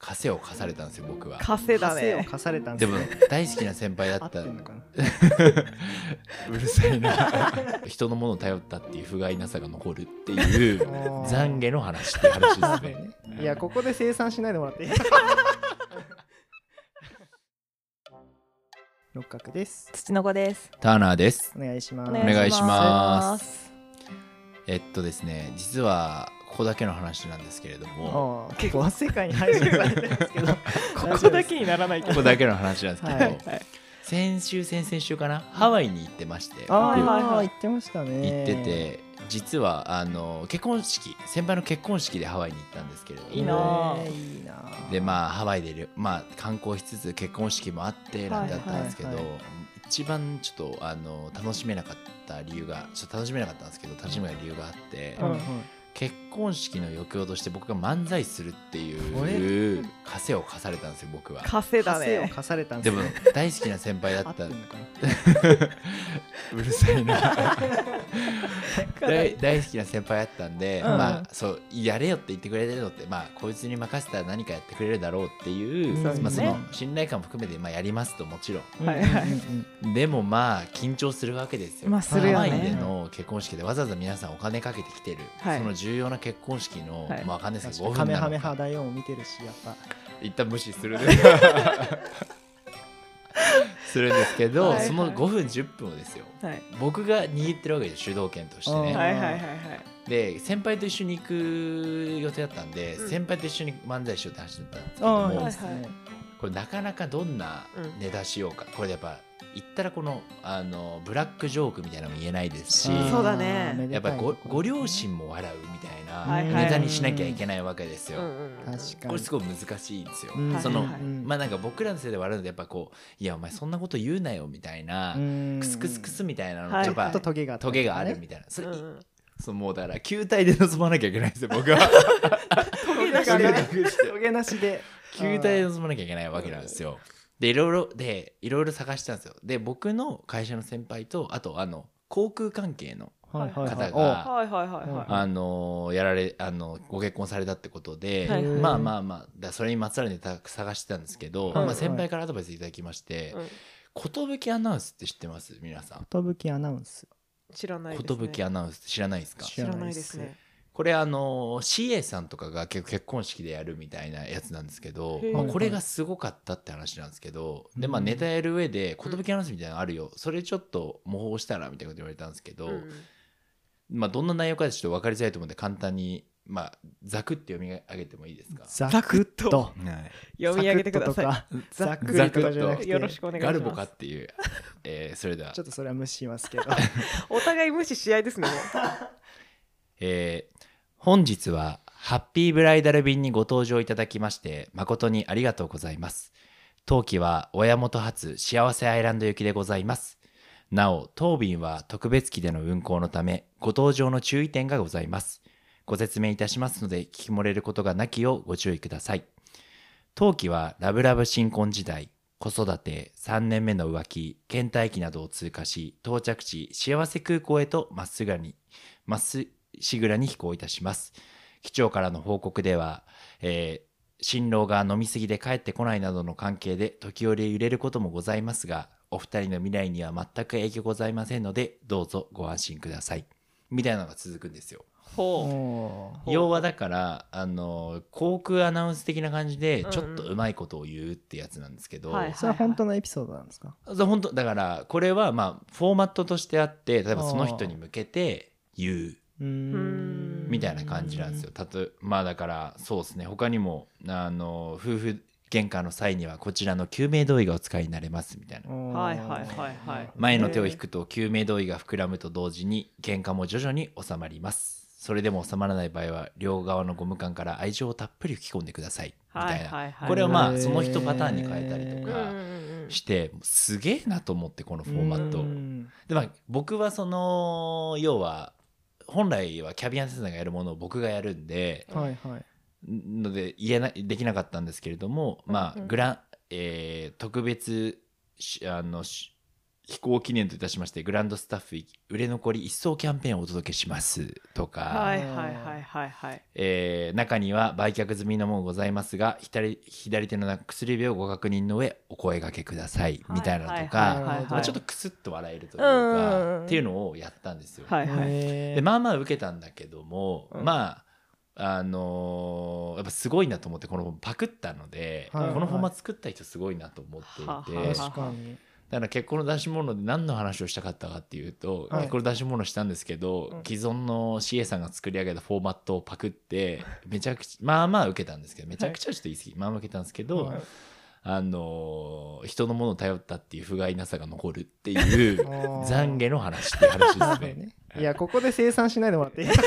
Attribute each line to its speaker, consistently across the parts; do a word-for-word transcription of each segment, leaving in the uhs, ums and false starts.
Speaker 1: 枷を課されたんですよ僕は。
Speaker 2: 枷だね。
Speaker 3: 枷を課されたんで
Speaker 1: ですも
Speaker 3: ね。
Speaker 1: 大好きな先輩だった
Speaker 3: 合ってんのかな。
Speaker 1: うるさいな人のものを頼ったっていう不甲斐なさが残るっていう懺悔の話っていう話ですね。
Speaker 3: いやここで生産しないでもらっていい六角です。
Speaker 2: 土の子です。
Speaker 1: ターナーです。
Speaker 3: お願いします。
Speaker 1: お願いします。えっとですね実はここだけの話なんですけれども、
Speaker 3: 結構世界に配信されてるんですけど
Speaker 2: ここだけにならないけど
Speaker 1: ここだけの話なんですけど、
Speaker 3: はいはい、
Speaker 1: 先週先々週かなハワイに行ってまして、
Speaker 3: ああ、
Speaker 2: はいはいはい、
Speaker 3: 行ってましたね。
Speaker 1: 行ってて実はあの結婚式先輩の結婚式でハワイに行ったんですけれども、
Speaker 2: いいな
Speaker 3: えーいいな
Speaker 1: でまあハワイで、まあ、観光しつつ結婚式もあってなんてあったんですけど、
Speaker 3: はいはいはい、
Speaker 1: 一番ちょっとあの楽しめなかった理由がちょっと楽しめなかったんですけど楽しめない理由があって、
Speaker 3: うんうん、
Speaker 1: 結婚式の余興として僕が漫才するっていう枷を課されたんですよ僕は。
Speaker 2: 枷だ
Speaker 3: 枷を
Speaker 2: ね。
Speaker 3: 課されたん
Speaker 1: でも
Speaker 3: ですね。
Speaker 1: 大好きな先輩だった
Speaker 3: 合ってんのかな
Speaker 1: うるさいな大, 大好きな先輩だったんで、
Speaker 3: うん、
Speaker 1: まあそうやれよって言ってくれてるのってまあこいつに任せたら何かやってくれるだろうっていう、
Speaker 3: そうですね、
Speaker 1: まあ、その信頼感も含めてまあやりますともちろん、
Speaker 2: はいはい
Speaker 1: うん、でもまあ緊張するわけですよ。
Speaker 2: まあするよね。
Speaker 1: ハワイでの結婚式でわざわざ皆さんお金かけてきてる、はい、その重要な結婚式の、はい、まあわかんないですけどごふんなのか
Speaker 3: カメハメハだよも見てるしやっぱ
Speaker 1: 一旦無視するするんですけど、はいはい、そのごふんじゅっぷんをですよ、はい、僕が握ってるわけです主導権としてね。
Speaker 2: はいはいはいはい、
Speaker 1: で先輩と一緒に行く予定だったんで、うん、先輩と一緒に漫才しようって話だったんですけども、はいはい、これなかなかどんなネタしようか、うん、これやっぱ言ったらこのあのブラックジョークみたいなのも言えないですし、
Speaker 2: そうだね、
Speaker 1: やっぱ ご, ご両親も笑うみたいなネタにしなきゃいけないわけですよ。これすごい難しいんですよ、うん、その、はいはい、まあなんか僕らのせいで笑うのでやっぱこういやお前そんなこと言うなよみたいなクスクスクスみたいなのやっぱトゲがあるみたいな、それ、うん、そうもうだから球体で臨まなきゃいけないんですよ僕は
Speaker 3: トゲなしでトゲなしで
Speaker 1: 球体で臨まなきゃいけないわけなんですよ。でいろいろでいろいろ探したんですよ。で僕の会社の先輩とあとあの航空関係の方があのやられあのご結婚されたってことで、はいはい、まあまあまあだそれにまつわるネタ探してたんですけど、はいはい、まあ、先輩からアドバイスいただきまして、はい、寿アナウンスって知ってます皆さん？
Speaker 3: 寿アナウンス
Speaker 2: 知らないですね。
Speaker 1: 寿アナウンス知らないですか？
Speaker 2: 知らないですね。
Speaker 1: これあの シーエー さんとかが結構結婚式でやるみたいなやつなんですけど、まあ、これがすごかったって話なんですけど、でまあネタやる上で寿アナウンスみたいなのあるよ、それちょっと模倣したらみたいなこと言われたんですけど、まあどんな内容かちょっと分かりづらいと思うんで簡単にまあザクって読み上げてもいいですか？
Speaker 3: ザクッと、
Speaker 2: はい、読み上げてください。
Speaker 3: ザクッとかじゃなくて
Speaker 2: よろしくお願いします。
Speaker 1: ガルボかっていう、えー、それでは
Speaker 3: ちょっとそれは無視しますけど
Speaker 2: お互い無視し合いですね
Speaker 1: えー本日はハッピーブライダル便にご搭乗いただきまして誠にありがとうございます。当機は親元発幸せアイランド行きでございます。なお当便は特別機での運航のためご搭乗の注意点がございます。ご説明いたしますので聞き漏れることがなきようご注意ください。当機はラブラブ新婚時代子育てさんねんめの浮気倦怠期などを通過し到着地幸せ空港へとまっすぐにまっすぐしぐらに飛行いたします。機長からの報告では、えー、新郎が飲みすぎで帰ってこないなどの関係で時折揺れることもございますが、お二人の未来には全く影響ございませんのでどうぞご安心くださいみたいなのが続くんですよ。
Speaker 2: ほ
Speaker 1: う要はだからあの航空アナウンス的な感じでちょっとうまいことを言うってやつなんですけど、
Speaker 3: うんうん、それは本当のエピソードなんですか？
Speaker 1: 本当だからこれはまあフォーマットとしてあって例えばその人に向けて言ううーんみたいな感じなんですよ。たとまあだからそうですね他にもあの夫婦喧嘩の際にはこちらの救命胴衣がお使いになれますみたいな。
Speaker 2: はいはいはいはい。
Speaker 1: 前の手を引くと救命胴衣が膨らむと同時に喧嘩も徐々に収まります。それでも収まらない場合は両側のゴム管から愛情をたっぷり吹き込んでくださいみたいな、はいはいはい、これをまあその人パターンに変えたりとかしてすげえなと思ってこのフォーマットで、まあ、僕はその要は本来はキャビンアテンダントがやるものを僕がやるんで、はいはい、ので言えなできなかったんですけれども、まあグランえー、特別あの飛行記念といたしましてグランドスタッフ売れ残り一層キャンペーンをお届けしますとか、
Speaker 2: はいはいはいはいはい。
Speaker 1: えー中には売却済みのものございますが左、左手の薬指をご確認の上お声掛けくださいみたいなのと
Speaker 2: はいはい
Speaker 1: か、
Speaker 2: はいはい
Speaker 1: まあちょっとクスッと笑えるという
Speaker 2: うんうんうん
Speaker 1: かっていうのをやったんですよ。
Speaker 2: はいはい。
Speaker 3: へ
Speaker 1: でまあまあ受けたんだけども、
Speaker 2: うん
Speaker 1: まああのーやっぱすごいなと思ってこのパクったので、
Speaker 3: はいはい
Speaker 1: このフォーマット作った人すごいなと思っていて、
Speaker 2: はは
Speaker 3: ー確かに。
Speaker 1: だから結婚の出し物で何の話をしたかったかっていうと、
Speaker 3: はい
Speaker 1: 結婚の出し物したんですけど、
Speaker 2: うん
Speaker 1: 既存の シーエー さんが作り上げたフォーマットをパクってめちゃくちゃまあまあ受けたんですけどめちゃくちゃちょっと言い過ぎ、まあまあ受けたんですけど、
Speaker 3: はい
Speaker 1: あのー人のものを頼ったっていう不甲斐なさが残るっていう
Speaker 3: あー
Speaker 1: 懺悔の話っていう話
Speaker 3: な
Speaker 1: ですね。
Speaker 3: るほどね。いや、ここで生産しないでもらっていい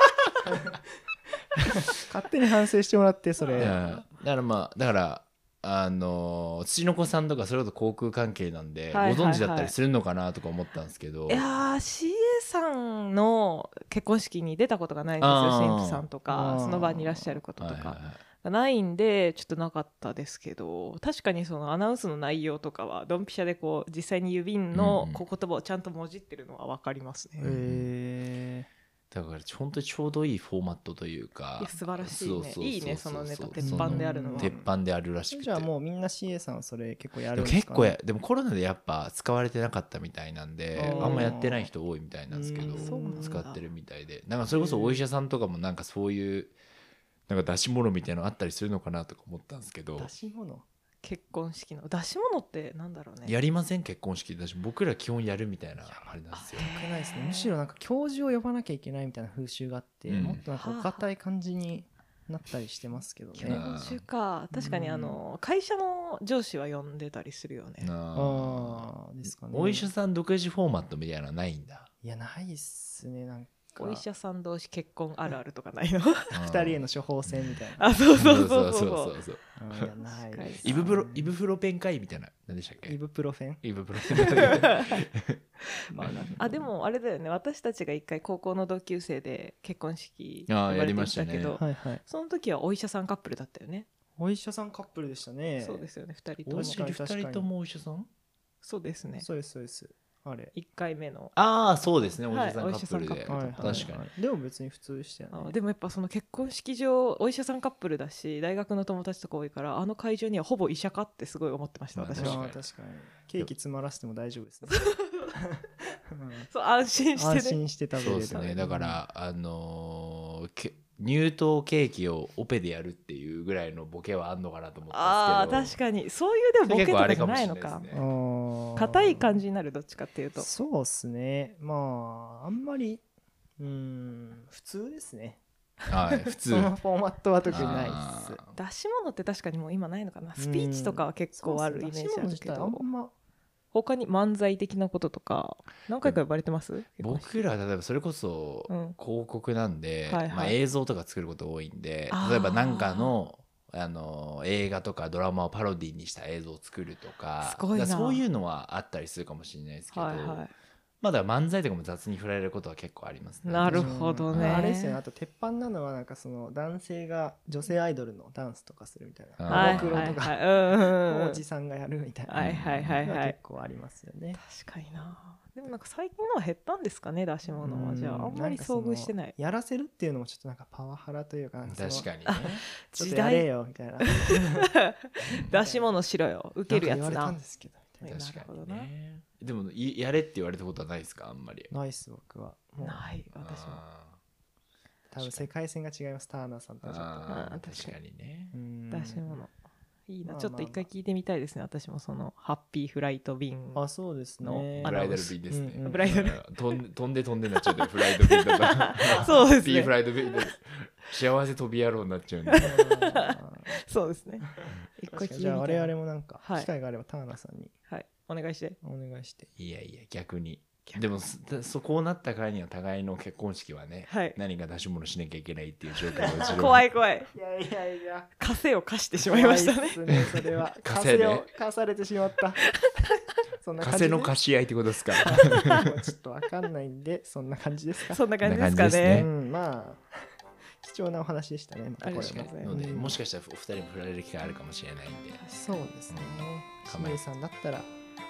Speaker 3: 勝手に反省してもらって、それ。
Speaker 1: うんだからまあだからあのー土の子さんとかそれこそ航空関係なんで、
Speaker 2: はいはいはい
Speaker 1: ご存知だったりするのかなとか思ったんですけど、
Speaker 2: いやー シーエー さんの結婚式に出たことがないんですよ。
Speaker 1: あー
Speaker 2: 神父さんとか
Speaker 3: あー
Speaker 2: その場にいらっしゃることとか
Speaker 1: はいはいはい
Speaker 2: がないんでちょっとなかったですけど、確かにそのアナウンスの内容とかはドンピシャでこう実際に指のこう言葉をちゃんともじってるのは分かりますね。
Speaker 3: へ
Speaker 1: だから本当にちょうどいいフォーマットというか
Speaker 2: いや素晴らしいね
Speaker 1: そうそうそうそう
Speaker 2: いいねそのネタ
Speaker 1: そう
Speaker 2: 鉄板であるのは
Speaker 1: 鉄板であるらしくて、
Speaker 3: ーじゃあもうみんな シーエー さんはそれ結構や
Speaker 1: でも
Speaker 3: るんですかね。
Speaker 1: 結構やでもコロナでやっぱ使われてなかったみたいなんで
Speaker 3: あー
Speaker 1: あんまやってない人多いみたいなんですけど
Speaker 3: うん
Speaker 2: そうなんだ
Speaker 1: 使ってるみたいでなんかそれこそお医者さんとかもなんかそういうなんか出し物みたいなのあったりするのかなとか思ったんですけど
Speaker 3: 出し物
Speaker 2: 結婚式の出し物ってなんだろうね。
Speaker 1: やりません結婚式だし僕ら基本やるみたいなあれなんですよ。
Speaker 3: 少ないですね。むしろなんか教授を呼ばなきゃいけないみたいな風習があって、
Speaker 1: うん
Speaker 3: もっとなんかお堅い感じになったりしてますけど
Speaker 2: 教
Speaker 3: ね。
Speaker 1: うん
Speaker 2: 授か確かにあの会社の上司は呼んでたりするよね。
Speaker 1: な
Speaker 3: ああですかね。
Speaker 1: お医者さん独自フォーマットみたいなのはないんだ。
Speaker 3: いやないっすねなんか。
Speaker 2: お医者さん同士結婚あるあるとかないの？
Speaker 3: 二人への処方箋みたいな。
Speaker 2: あそうそうそうそう
Speaker 1: そ
Speaker 2: そうう
Speaker 1: そうそう
Speaker 3: うんいやない
Speaker 2: 確かに
Speaker 3: です
Speaker 1: イブプロイブフロペン会みたいな何でしたっけ
Speaker 3: イブプロフェン。
Speaker 1: イブプロペン
Speaker 3: まあなんか
Speaker 2: あでもあれだよね私たちが一回高校の同級生で結婚式
Speaker 1: あー
Speaker 2: 呼ばれて
Speaker 1: やりましたね
Speaker 2: けど、
Speaker 3: はいはい。
Speaker 2: その時はお医者さんカップルだったよね。
Speaker 3: お医者さんカップルでしたね。
Speaker 2: そうですよねふたりとも
Speaker 1: お医者二人ともお医者さん
Speaker 2: そうですね
Speaker 3: そうですそうです。あれ。
Speaker 2: いっかいめの
Speaker 1: ああそうですねお医
Speaker 2: はい
Speaker 1: 者さんカップルで、
Speaker 2: お医者さんカップル
Speaker 1: 確かに、
Speaker 3: に。でも別に普通でしたよね。
Speaker 2: あでもやっぱその結婚式場お医者さんカップルだし大学の友達とか多いからあの会場にはほぼ医者かってすごい思ってました
Speaker 1: まあ
Speaker 2: 私は。
Speaker 3: あー確かに。ケーキ詰まらせても大丈夫ですね。うん
Speaker 2: そう安心してね
Speaker 3: 安心して食べれる。
Speaker 1: そうですねだからあのーけ入刀ケーキをオペでやるっていうぐらいのボケはあんのかなと思った
Speaker 2: あ
Speaker 1: んですけど
Speaker 2: ー確かにそういうでもボケとかじゃないのか
Speaker 1: 結構あれかもしれないですね
Speaker 3: あー
Speaker 2: 硬い感じになるどっちかっていうと
Speaker 3: そうっすね。まああんまりうーん普通ですね。
Speaker 1: はい普通
Speaker 3: そのフォーマットは特にないっす。
Speaker 1: あー
Speaker 2: 出し物って確かにもう今ないのかなスピーチとかは結構あるイメージあるけ
Speaker 3: そうそう出し物自体
Speaker 2: ど
Speaker 3: あんま
Speaker 2: 他に漫才的なこととか何回か呼ばれてます
Speaker 1: 僕らは例えばそれこそ
Speaker 2: うん
Speaker 1: 広告なんで、
Speaker 2: はいはい
Speaker 1: まあ、映像とか作ること多いんで
Speaker 2: あー
Speaker 1: 例えば何かのあの映画とかドラマをパロディにした映像を作るとか
Speaker 2: すごいな
Speaker 1: だからそういうのはあったりするかもしれないですけど、
Speaker 2: はいは
Speaker 1: まだ漫才とかも雑に振られることは結構ありますね。
Speaker 2: なるほどね
Speaker 3: うんあれですよね。あと鉄板なのはなんかその男性が女性アイドルのダンスとかするみたいな。
Speaker 1: あー
Speaker 2: はい
Speaker 3: モクロとか
Speaker 2: はいはいうんうんうん
Speaker 3: おじさんがやるみたいな。
Speaker 2: はいはいはいはい
Speaker 3: 結構ありますよね。
Speaker 2: 確かになでもなんか最近のは減ったんですかね出し物は
Speaker 3: うん
Speaker 2: じゃああんまり遭遇してない
Speaker 3: やらせるっていうのもちょっとなんかパワハラというかなんかその
Speaker 1: 確かにね。
Speaker 3: ちょっ
Speaker 2: 時
Speaker 3: とやれ
Speaker 2: 代
Speaker 3: よみたいな
Speaker 2: 出し物しろよ受けるやつ
Speaker 3: なんか言われた
Speaker 2: なん
Speaker 3: ですけどみたい
Speaker 2: な
Speaker 1: 確かに
Speaker 2: るほどな
Speaker 1: ね。でもいやれって言われたことはないですかあんまり。
Speaker 3: なナイス僕はもう
Speaker 2: ない私も
Speaker 1: あ
Speaker 3: 多分世界線が違いますターナーさんと
Speaker 1: ー
Speaker 3: はちょっと
Speaker 1: あー
Speaker 2: うん
Speaker 1: 確かにね。
Speaker 3: うん
Speaker 2: 出し物いいな
Speaker 3: まあ
Speaker 2: ちょっと一回聞いてみたいですね私もそのハッピーフライト便
Speaker 3: あそうですね
Speaker 2: の
Speaker 1: フライドル便ですね。
Speaker 3: うんうん
Speaker 2: フライドル
Speaker 1: 飛ん飛んで飛んでになっちゃうんでフライド便だと。
Speaker 2: そうです
Speaker 1: ピーフ
Speaker 2: ね
Speaker 1: ライド便で幸せ飛び野郎になっちゃうんで。
Speaker 3: あー
Speaker 2: そうですね一回聞いてみたい
Speaker 3: じゃあ我々もなんか
Speaker 2: はい
Speaker 3: 機会があればターナーさんに
Speaker 2: はいお願いして
Speaker 3: お願いして
Speaker 1: いやいや逆に。でもそそこうなったからには互いの結婚式はね、
Speaker 2: はい
Speaker 1: 何か出し物しなきゃいけないっていう状況が後ろに
Speaker 2: 怖い怖い
Speaker 3: いやいやいや
Speaker 2: 枷を課してしまいましたね
Speaker 3: 怖いっすねそれは
Speaker 1: 枷ね
Speaker 3: 枷を課されてしまったそんな感じ
Speaker 1: 枷
Speaker 3: で
Speaker 1: の貸し合いってことですか。
Speaker 3: もうちょっとわかんないんでそんな感じですか
Speaker 2: そんな感じですか
Speaker 1: こんな感じですね
Speaker 2: ね
Speaker 3: うんまあ貴重なお話でしたねまたこれも
Speaker 2: ありがとうござい
Speaker 1: ので、
Speaker 3: うん
Speaker 1: もしかしたらお二人も振られる機会あるかもしれないんで。
Speaker 3: そうですね
Speaker 1: うん
Speaker 3: しめいさんだったら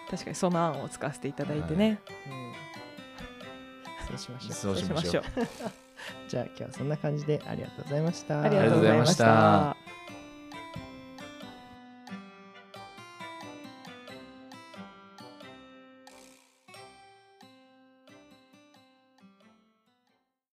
Speaker 2: 確かにその案を使わせていただいてね、
Speaker 3: うん、そうしましょう。
Speaker 1: そうしましょう。
Speaker 3: じゃあ今日はそんな感じでありがとうございました。
Speaker 2: ありがとうございました。